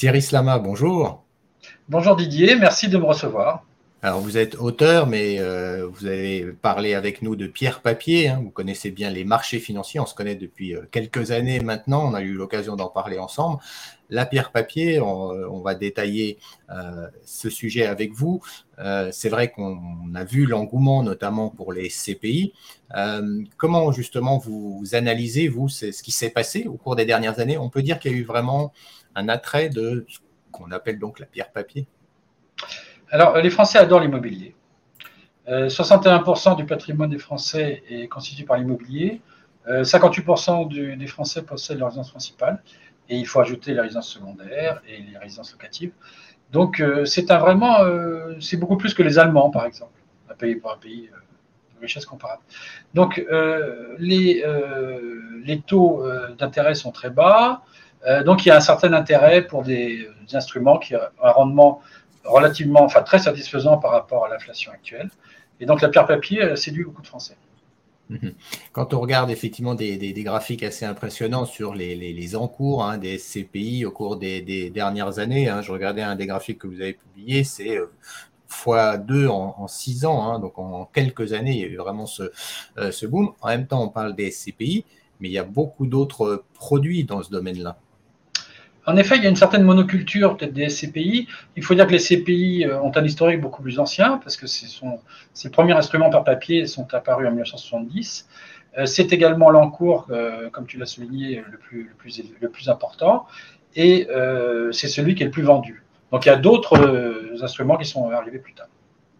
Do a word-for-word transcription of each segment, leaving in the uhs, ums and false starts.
Thierry Slama, bonjour. Bonjour Didier, merci de me recevoir. Alors, vous êtes auteur, mais euh, vous avez parlé avec nous de pierre papier, hein. Vous connaissez bien les marchés financiers. On se connaît depuis euh, quelques années maintenant. On a eu l'occasion d'en parler ensemble. La pierre papier, on, on va détailler euh, ce sujet avec vous. Euh, c'est vrai qu'on a vu l'engouement, notamment pour les C P I. Euh, comment justement vous, vous analysez, vous, c'est ce qui s'est passé au cours des dernières années? On peut dire qu'il y a eu vraiment un attrait de ce qu'on appelle donc la pierre papier. Alors, les Français adorent l'immobilier. Euh, soixante et un pour cent du patrimoine des Français est constitué par l'immobilier. Euh, cinquante-huit pour cent du, des Français possèdent leur résidence principale. Et il faut ajouter les résidences secondaires et les résidences locatives. Donc, euh, c'est un vraiment, euh, c'est beaucoup plus que les Allemands, par exemple, un pays pour un pays euh, de richesse comparable. Donc, euh, les, euh, les taux euh, d'intérêt sont très bas. Euh, donc, il y a un certain intérêt pour des, des instruments qui ont un rendement relativement, enfin très satisfaisant par rapport à l'inflation actuelle. Et donc, la pierre papier elle séduit beaucoup de Français. Quand on regarde effectivement des, des- des graphiques assez impressionnants sur les, les- les encours, hein, des C P I au cours des, des dernières années, hein, je regardais un des graphiques que vous avez publié, c'est euh, fois deux en, en six ans, hein, donc en quelques années, il y a eu vraiment ce, euh, ce boom. En même temps, on parle des C P I, mais il y a beaucoup d'autres produits dans ce domaine-là. En effet, il y a une certaine monoculture peut-être des C P I. Il faut dire que les C P I ont un historique beaucoup plus ancien, parce que ce sont, ces premiers instruments par papier sont apparus en mille neuf cent soixante-dix. C'est également l'encours, euh, comme tu l'as souligné, le plus, le plus, le plus important, et euh, c'est celui qui est le plus vendu. Donc il y a d'autres euh, instruments qui sont arrivés plus tard.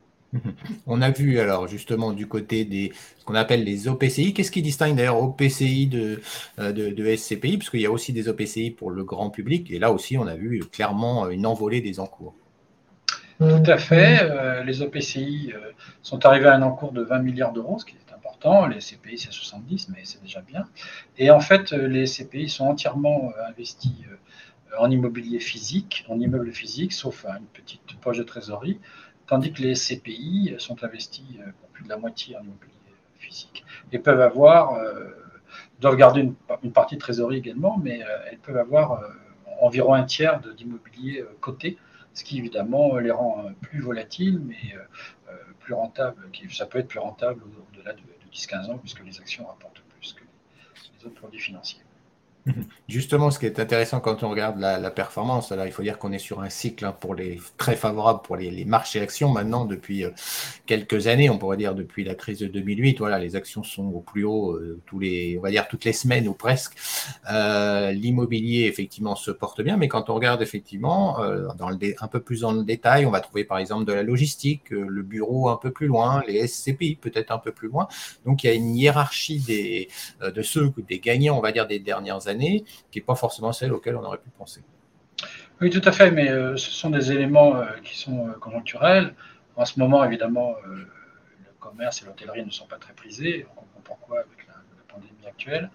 On a vu alors justement du côté des ce qu'on appelle les O P C I. Qu'est-ce qui distingue d'ailleurs O P C I de, euh, de, de S C P I? Parce qu'il y a aussi des O P C I pour le grand public. Et là aussi, on a vu clairement une envolée des encours. Tout à fait. Euh, les O P C I euh, sont arrivés à un encours de vingt milliards d'euros, ce qui est important. Les C P I, c'est soixante-dix, mais c'est déjà bien. Et en fait, les C P I sont entièrement euh, investis euh, en immobilier physique, en immeuble physique, sauf une petite poche de trésorerie, tandis que les C P I sont investis euh, pour plus de la moitié en immobilier physique. Et peuvent avoir, euh, doivent garder une, une, partie de trésorerie également, mais euh, elles peuvent avoir euh, environ un tiers d'immobilier euh, coté, ce qui évidemment les rend plus volatiles, mais euh, plus rentables. Ça peut être plus rentable au-delà de, de dix à quinze ans, puisque les actions rapportent plus que les autres produits financiers. Justement, ce qui est intéressant quand on regarde la, la performance, là, il faut dire qu'on est sur un cycle, hein, pour les, très favorable pour les, les marchés actions maintenant depuis euh, quelques années, on pourrait dire depuis la crise de deux mille huit. Voilà, les actions sont au plus haut euh, tous les, on va dire toutes les semaines ou presque. Euh, l'immobilier effectivement se porte bien, mais quand on regarde effectivement euh, dans le dé, un peu plus dans le détail, on va trouver par exemple de la logistique, euh, le bureau un peu plus loin, les S C P I peut-être un peu plus loin. Donc il y a une hiérarchie des, euh, de ceux des gagnants, on va dire des dernières années, qui n'est pas forcément celle auquel on aurait pu penser. Oui, tout à fait, mais euh, ce sont des éléments euh, qui sont euh, conjoncturels. En ce moment, évidemment, euh, le commerce et l'hôtellerie ne sont pas très prisés. On comprend pourquoi avec la, la pandémie actuelle.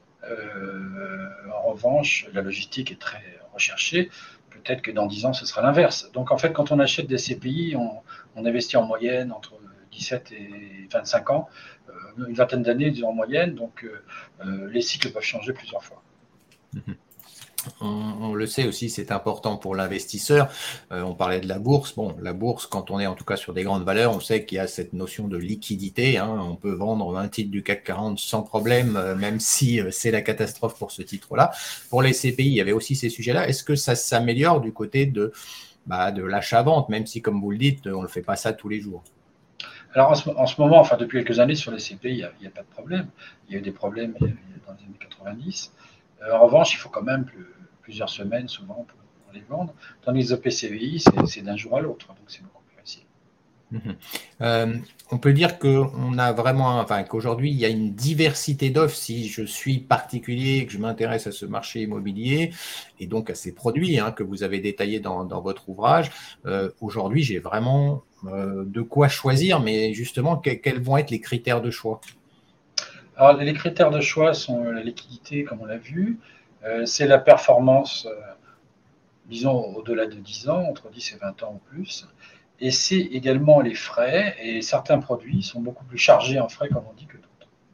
Euh, en revanche, la logistique est très recherchée. Peut-être que dans dix ans, ce sera l'inverse. Donc, en fait, quand on achète des C P I, on, on investit en moyenne entre dix-sept et vingt-cinq ans, euh, une vingtaine d'années en moyenne. Donc, euh, les cycles peuvent changer plusieurs fois. Mmh. On, on le sait aussi, c'est important pour l'investisseur. Euh, on parlait de la bourse. Bon, la bourse, quand on est en tout cas sur des grandes valeurs, on sait qu'il y a cette notion de liquidité, hein. On peut vendre un titre du C A C quarante sans problème, euh, même si euh, c'est la catastrophe pour ce titre-là. Pour les C P I, il y avait aussi ces sujets-là. Est-ce que ça s'améliore du côté de, bah, de l'achat-vente, même si, comme vous le dites, on ne fait pas ça tous les jours? Alors en ce, en ce moment, enfin depuis quelques années, sur les C P I, il n'y a, a, pas de problème. Il y a eu des problèmes il y a, dans les années quatre-vingt-dix. Euh, en revanche, il faut quand même plus, plusieurs semaines souvent pour, pour les vendre. Tandis que les O P C I, c'est d'un jour à l'autre, donc c'est beaucoup plus facile. Mmh. Euh, on peut dire qu'on a vraiment, enfin qu'aujourd'hui il y a une diversité d'offres. Si je suis particulier et que je m'intéresse à ce marché immobilier et donc à ces produits, hein, que vous avez détaillés dans, dans votre ouvrage, euh, aujourd'hui j'ai vraiment euh, de quoi choisir, mais justement que, quels vont être les critères de choix? Alors les critères de choix sont la liquidité, comme on l'a vu, euh, c'est la performance, euh, disons au-delà de dix ans, entre dix et vingt ans ou plus. Et c'est également les frais, et certains produits sont beaucoup plus chargés en frais, comme on dit, que d'autres.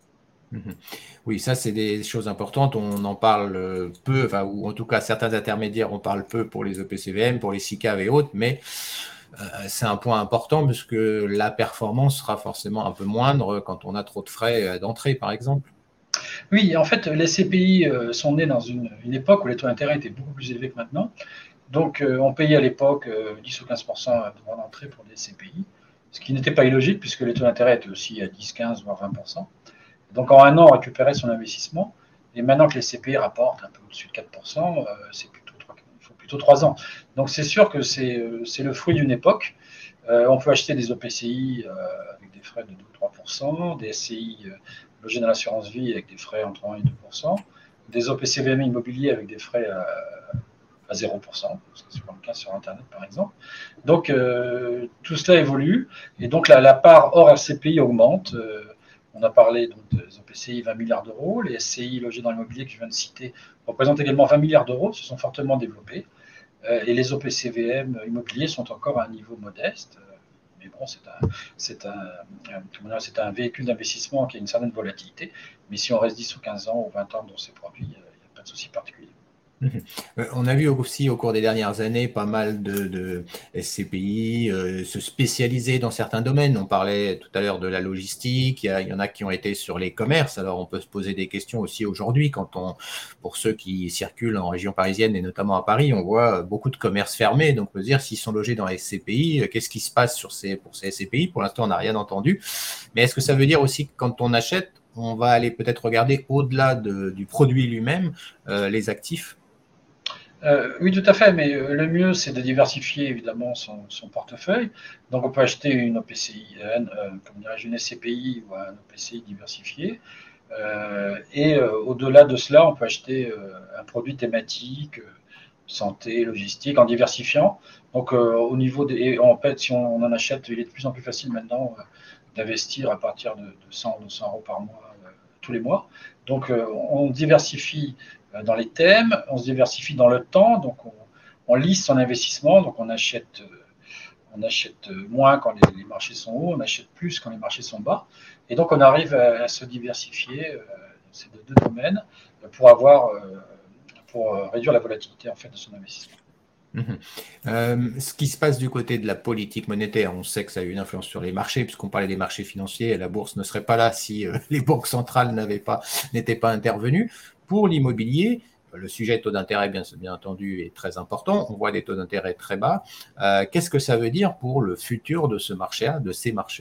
Mmh. Oui, ça, c'est des choses importantes. On en parle, heu, peu, enfin, ou en tout cas certains intermédiaires en parlent peu pour les E P C V M, pour les SICAV et autres, mais heu, c'est un point important parce que la performance sera forcément un peu moindre quand on a trop de frais, heu, d'entrée, par exemple. Oui, en fait, les C P I euh, sont nés dans une, une époque où les taux d'intérêt étaient beaucoup plus élevés que maintenant. Donc, euh, on payait à l'époque euh, dix ou quinze pour cent de droits d'entrée pour des C P I, ce qui n'était pas illogique puisque les taux d'intérêt étaient aussi à dix, quinze, voire vingt pour cent. Donc, en un an, on récupérait son investissement. Et maintenant que les C P I rapportent un peu au-dessus de quatre pour cent, euh, c'est plutôt trois, il faut plutôt trois ans. Donc, c'est sûr que c'est euh, c'est le fruit d'une époque. Euh, on peut acheter des O P C I euh, avec des frais de deux ou trois pour cent, des S C I euh, logés dans l'assurance vie avec des frais entre un et deux pour cent, des O P C V M immobiliers avec des frais à, à zéro pour cent, ce qui est souvent le cas sur Internet par exemple. Donc euh, tout cela évolue et donc la, la part hors R C P I augmente. Euh, on a parlé donc des O P C I vingt milliards d'euros, les S C I logés dans l'immobilier que je viens de citer représentent également vingt milliards d'euros, se sont fortement développés. Euh, et les O P C V M immobiliers sont encore à un niveau modeste. Euh, mais bon, c'est un, c'est un, un, c'est un véhicule d'investissement qui a une certaine volatilité. Mais si on reste dix ou quinze ans ou vingt ans dans ces produits, il n'y a pas de souci particulier. Mmh. Heu, on a vu aussi au cours des dernières années pas mal de de S C P I, heu, se spécialiser dans certains domaines. On parlait tout à l'heure de la logistique, il y a il y en a qui ont été sur les commerces. Alors on peut se poser des questions aussi aujourd'hui quand on pour ceux qui circulent en région parisienne et notamment à Paris, on voit beaucoup de commerces fermés. Donc on peut se dire s'ils sont logés dans les S C P I, heu, qu'est-ce qui se passe sur ces pour ces S C P I? Pour l'instant, on n'a rien entendu. Mais est-ce que ça veut dire aussi que quand on achète, on va aller peut-être regarder au-delà de du produit lui-même, heu, les actifs? Euh, oui, tout à fait, mais euh, le mieux, c'est de diversifier évidemment son, son portefeuille. Donc, on peut acheter une O P C I, euh, comme dirais-je, une S C P I ou un O P C I diversifié. Euh, et euh, au-delà de cela, on peut acheter euh, un produit thématique, euh, santé, logistique, en diversifiant. Donc, euh, au niveau des, et en fait, si on, on en achète, il est de plus en plus facile maintenant euh, d'investir à partir de, de cent, deux cents euros par mois, euh, tous les mois. Donc, euh, on diversifie euh, dans les thèmes, on se diversifie dans le temps. Donc, on, on lisse son investissement. Donc, on achète. Euh, on achète moins quand les, les, marchés sont hauts, on achète plus quand les marchés sont bas. Et donc, on arrive à, à se diversifier euh, dans ces deux, deux domaines pour avoir, euh, pour euh, réduire la volatilité en fait de son investissement. Mmh. Euh, ce qui se passe du côté de la politique monétaire, on sait que ça a eu une influence sur les marchés, puisqu'on parlait des marchés financiers, et la bourse ne serait pas là si euh, les banques centrales n'avaient pas, n'étaient pas intervenues. Pour l'immobilier, le sujet taux d'intérêt, bien, bien entendu, est très important. On voit des taux d'intérêt très bas. Euh, qu'est-ce que ça veut dire pour le futur de ce marché-là, de ces marchés?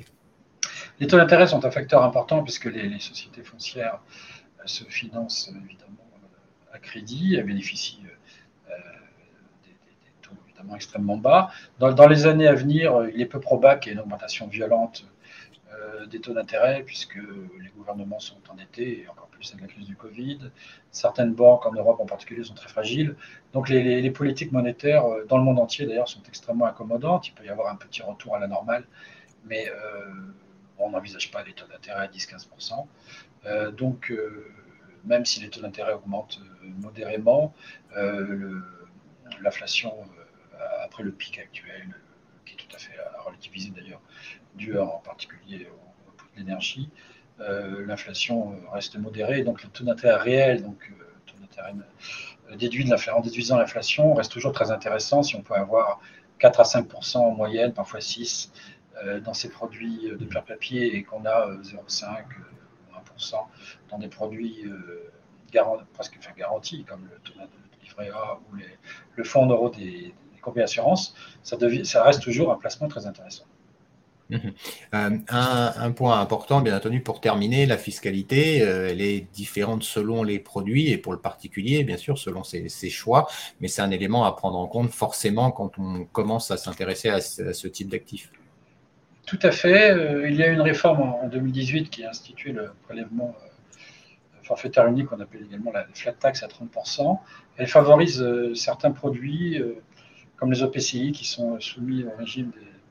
Les taux d'intérêt sont un facteur important puisque les, les sociétés foncières euh, se financent évidemment euh, à crédit, elles bénéficient euh, des, des, des, taux évidemment extrêmement bas. Dans, dans, les années à venir, il est peu probable qu'il y ait une augmentation violente euh, des taux d'intérêt puisque les gouvernements sont endettés et encore plus avec la crise du Covid. Certaines banques en Europe en particulier sont très fragiles. Donc les, les, les politiques monétaires euh, dans le monde entier d'ailleurs sont extrêmement accommodantes. Il peut y avoir un petit retour à la normale, mais euh, on n'envisage pas des taux d'intérêt à dix à quinze pour cent. Euh, donc euh, même si les taux d'intérêt augmentent euh, modérément, euh, l'inflation euh, après le pic actuel, euh, qui est tout à fait à relativiser d'ailleurs, dû en particulier au, au prix de l'énergie, euh, l'inflation reste modérée, donc le taux d'intérêt réel, donc euh, taux d'intérêt déduit de en déduisant l'inflation, reste toujours très intéressant si on peut avoir quatre à cinq pour cent en moyenne, parfois six euh, dans ces produits de pierre papier et qu'on a euh, zéro virgule cinq ou un pour cent dans des produits euh, garant, presque enfin, garantis comme le taux de livret A ou les, le fonds en euros des, des compagnies d'assurance, ça, ça reste toujours un placement très intéressant. Mmh. Euh, un, un point important, bien entendu, pour terminer, la fiscalité, euh, elle est différente selon les produits et pour le particulier, bien sûr, selon ses, ses choix, mais c'est un élément à prendre en compte forcément quand on commence à s'intéresser à, ce- à ce type d'actifs. Tout à fait. Euh, il y a une réforme en, en deux mille dix-huit qui a institué le prélèvement euh, forfaitaire unique, qu'on appelle également la flat tax à trente pour cent. Elle favorise euh, certains produits, euh, comme les O P C I, qui sont soumis au régime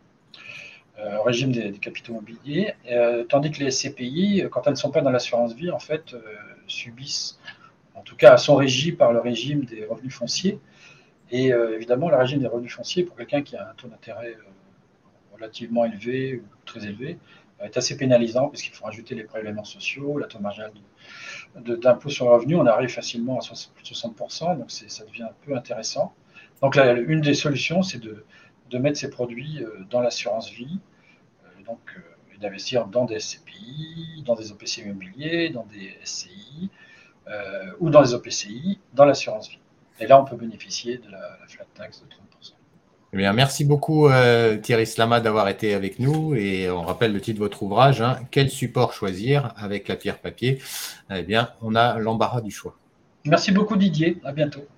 des, euh, au régime des, des capitaux mobiliers, euh, tandis que les S C P I, quand elles ne sont pas dans l'assurance vie, en fait, euh, subissent, en tout cas, sont régies par le régime des revenus fonciers. Et euh, évidemment, le régime des revenus fonciers, pour quelqu'un qui a un taux d'intérêt euh, relativement élevé ou très élevé, est assez pénalisant parce qu'il faut rajouter les prélèvements sociaux, la taux marginal d'impôt sur le revenu, on arrive facilement à soixante pour cent, donc ça devient un peu intéressant. Donc là, une des solutions, c'est de, de mettre ces produits dans l'assurance vie, donc et d'investir dans des S C P I, dans des O P C I immobiliers, dans des S C I, euh, ou dans les O P C I, dans l'assurance vie. Et là, on peut bénéficier de la, la flat tax de trente pour cent. Eh bien, merci beaucoup euh, Thierry Slama d'avoir été avec nous, et on rappelle le titre de votre ouvrage, hein, Quel support choisir avec la pierre papier? Eh bien, on a l'embarras du choix. Merci beaucoup Didier, à bientôt.